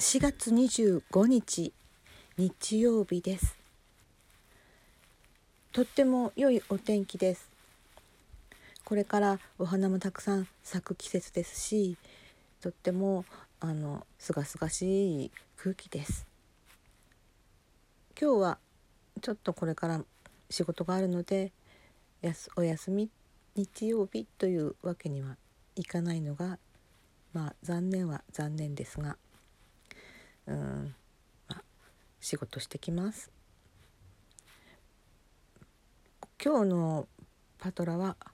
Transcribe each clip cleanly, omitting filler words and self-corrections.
4月25日日曜日です。とっても良いお天気です。これからお花もたくさん咲く季節ですし、とってもすがすがしい空気です。今日はちょっとこれから仕事があるのでお休み日曜日というわけにはいかないのが残念は残念ですが、仕事してきます。今日のパトラは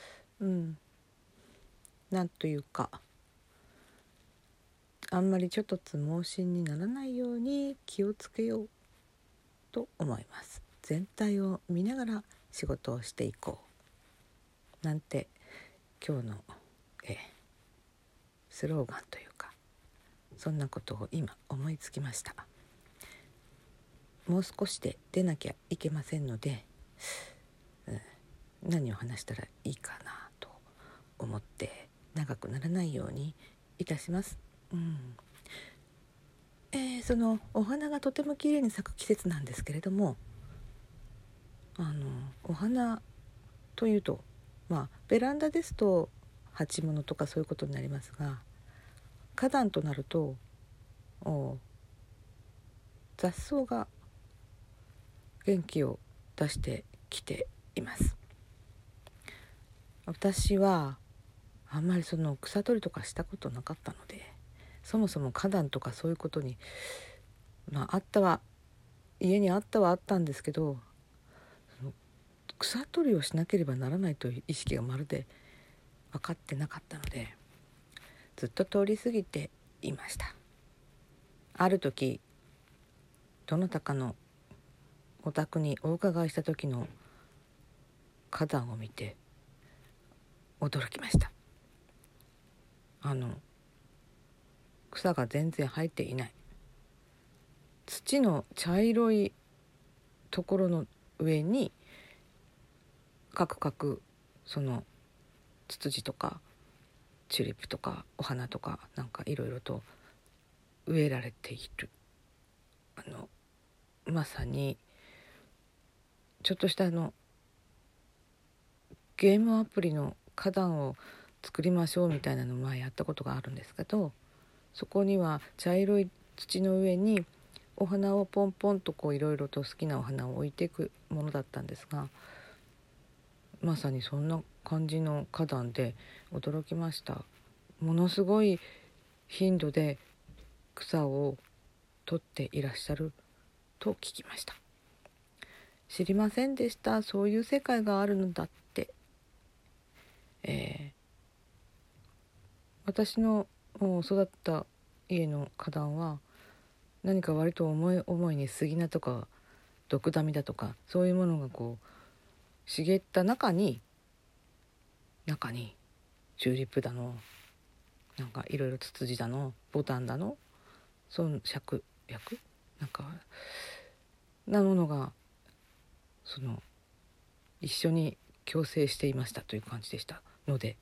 なんというかあんまりちょっとつ盲信にならないように気をつけようと思います。全体を見ながら仕事をしていこうなんて今日のスローガンというか、そんなことを今思いつきました。もう少しで出なきゃいけませんので、何を話したらいいかなと思って長くならないようにいたします。そのお花がとてもきれいに咲く季節なんですけれども、お花というとベランダですと鉢物とかそういうことになりますが、花壇となると雑草が元気を出してきています。私はあんまりその草取りとかしたことなかったので、そもそも花壇とかそういうことに家にあったんですけど、草取りをしなければならないという意識がまるで分かってなかったので、ずっと通り過ぎていました。ある時どなたかのお宅にお伺いした時の花壇を見て驚きました。草が全然生えていない、土の茶色いところの上にカクそのツツジとかチューリップとかお花とかなんかいろいろと植えられている。まさにちょっとしたゲームアプリの花壇を作りましょうみたいなのを前やったことがあるんですけど、そこには茶色い土の上にお花をポンポンといろいろと好きなお花を置いていくものだったんですが、まさにそんな感じの花壇で驚きました。ものすごい頻度で草を取っていらっしゃると聞きました。知りませんでした。そういう世界があるのだって。私の育った家の花壇は何か割と思いに杉菜とかドクダミだとかそういうものが茂った中にチューリップだのなんかいろいろツツジだのボタンだのその芍薬なものが一緒に共生していましたという感じでしたので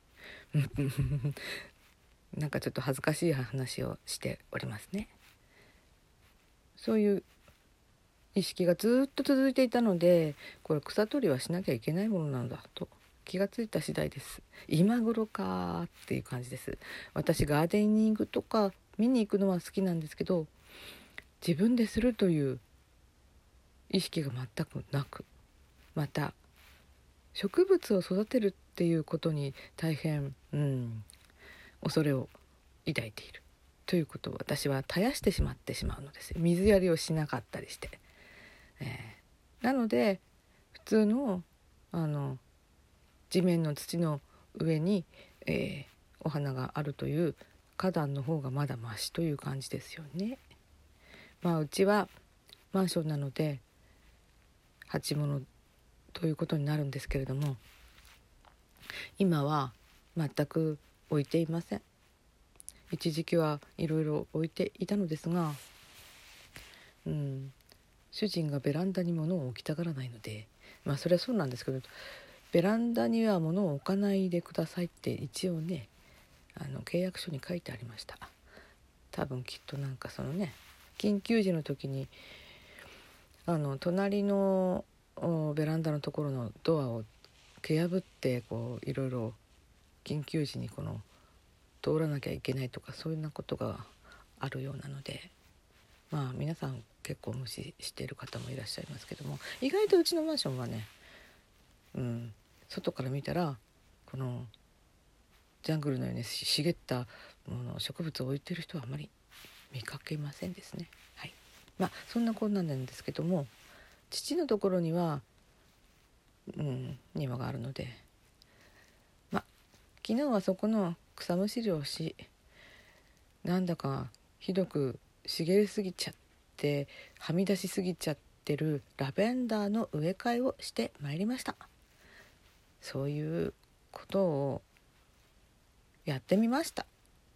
なんかちょっと恥ずかしい話をしておりますね。そういう意識がずっと続いていたので、これ草取りはしなきゃいけないものなんだと気がついた次第です。今頃かっていう感じです。私ガーデニングとか見に行くのは好きなんですけど、自分でするという意識が全くなく、また植物を育てるっていうことに大変恐れを抱いているということを私は絶やしてしまうのです。水やりをしなかったりして、なので普通の地面の土の上に、お花があるという花壇の方がまだマシという感じですよね。うちはマンションなので鉢物ということになるんですけれども、今は全く置いていません。一時期はいろいろ置いていたのですが、主人がベランダに物を置きたがらないので、それはそうなんですけど、ベランダには物を置かないでくださいって一応ね契約書に書いてありました。 多分きっとなんかそのね緊急時の時に隣のベランダのところのドアを蹴破ってこういろいろ緊急時にこの通らなきゃいけないとかそういうようなことがあるようなので、まあ皆さん結構無視している方もいらっしゃいますけども、意外とうちのマンションはね、外から見たらこのジャングルのように茂ったもの植物を置いてる人はあまり見かけませんですね。はい、まあそんなこんなんなんですけども、父のところには、庭があるので、昨日はそこの草むしりをし、なんだかひどく茂りすぎちゃってはみ出しすぎちゃってるラベンダーの植え替えをしてまいりました。そういうことをやってみました。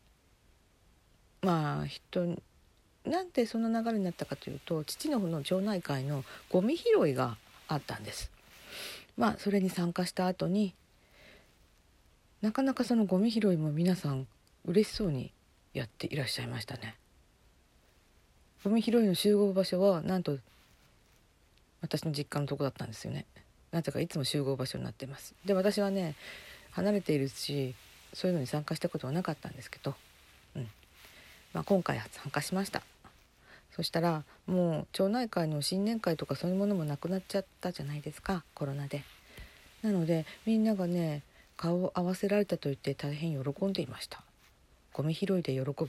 まあなんでその流れになったかというと、父の方の町内会のゴミ拾いがあったんです。それに参加した後になかなかそのゴミ拾いも皆さん嬉しそうにやっていらっしゃいましたね。ゴミ拾いの集合場所はなんと私の実家のとこだったんですよね。なぜかいつも集合場所になっています。で、私はね離れているしそういうのに参加したことはなかったんですけど、今回参加しました。そしたらもう町内会の新年会とかそういうものもなくなっちゃったじゃないですか、コロナで。なのでみんながね顔を合わせられたと言って大変喜んでいました。ゴミ拾いで喜ぶ、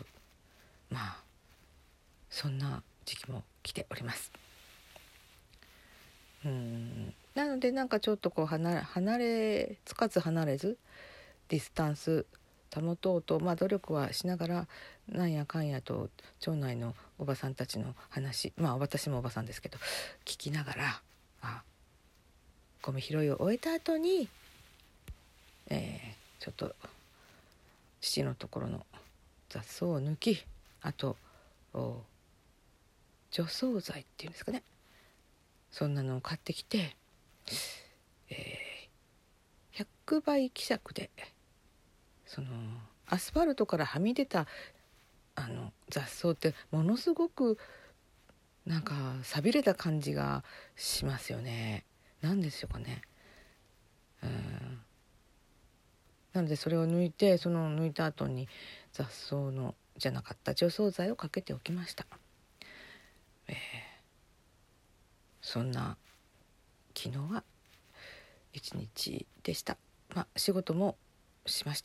そんな時期も来ております。なのでなんかちょっとこうつかず離れずディスタンス保とうと、努力はしながらなんやかんやと町内のおばさんたちの話、私もおばさんですけど聞きながら、ゴミ拾いを終えた後に、ちょっと父のところの雑草を抜き、あと除草剤っていうんですかね、そんなのを買ってきて、100倍希釈でそのアスファルトからはみ出た雑草ってものすごくなんか寂れた感じがしますよね。なんでしょうかね。なのでそれを抜いて、その抜いた後に雑草のじゃなかった除草剤をかけておきました。そんな昨日は一日でした。仕事もしました。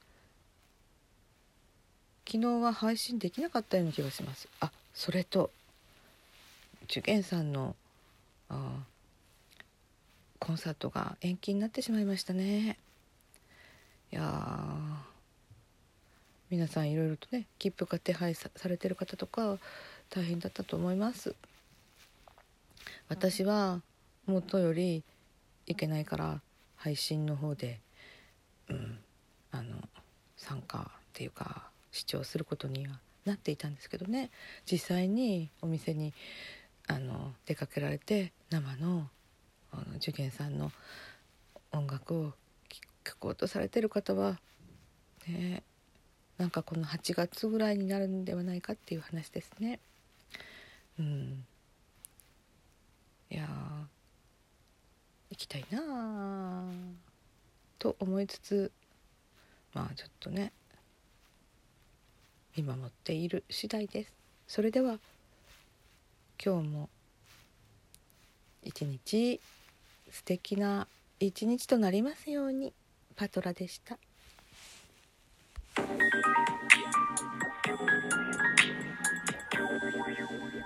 昨日は配信できなかったような気がします。それと受験さんのコンサートが延期になってしまいましたね。いや皆さんいろいろとね切符が手配されてる方とか大変だったと思います。私はもとよりいけないから配信の方で、参加っていうか視聴することにはなっていたんですけどね、実際にお店に出かけられて生の受験さんの音楽を聴こうとされてる方はね、なんかこの8月ぐらいになるんではないかっていう話ですね。いや行きたいなと思いつつ、ちょっとね見守っている次第です。それでは今日も一日素敵な一日となりますように。パトラでした。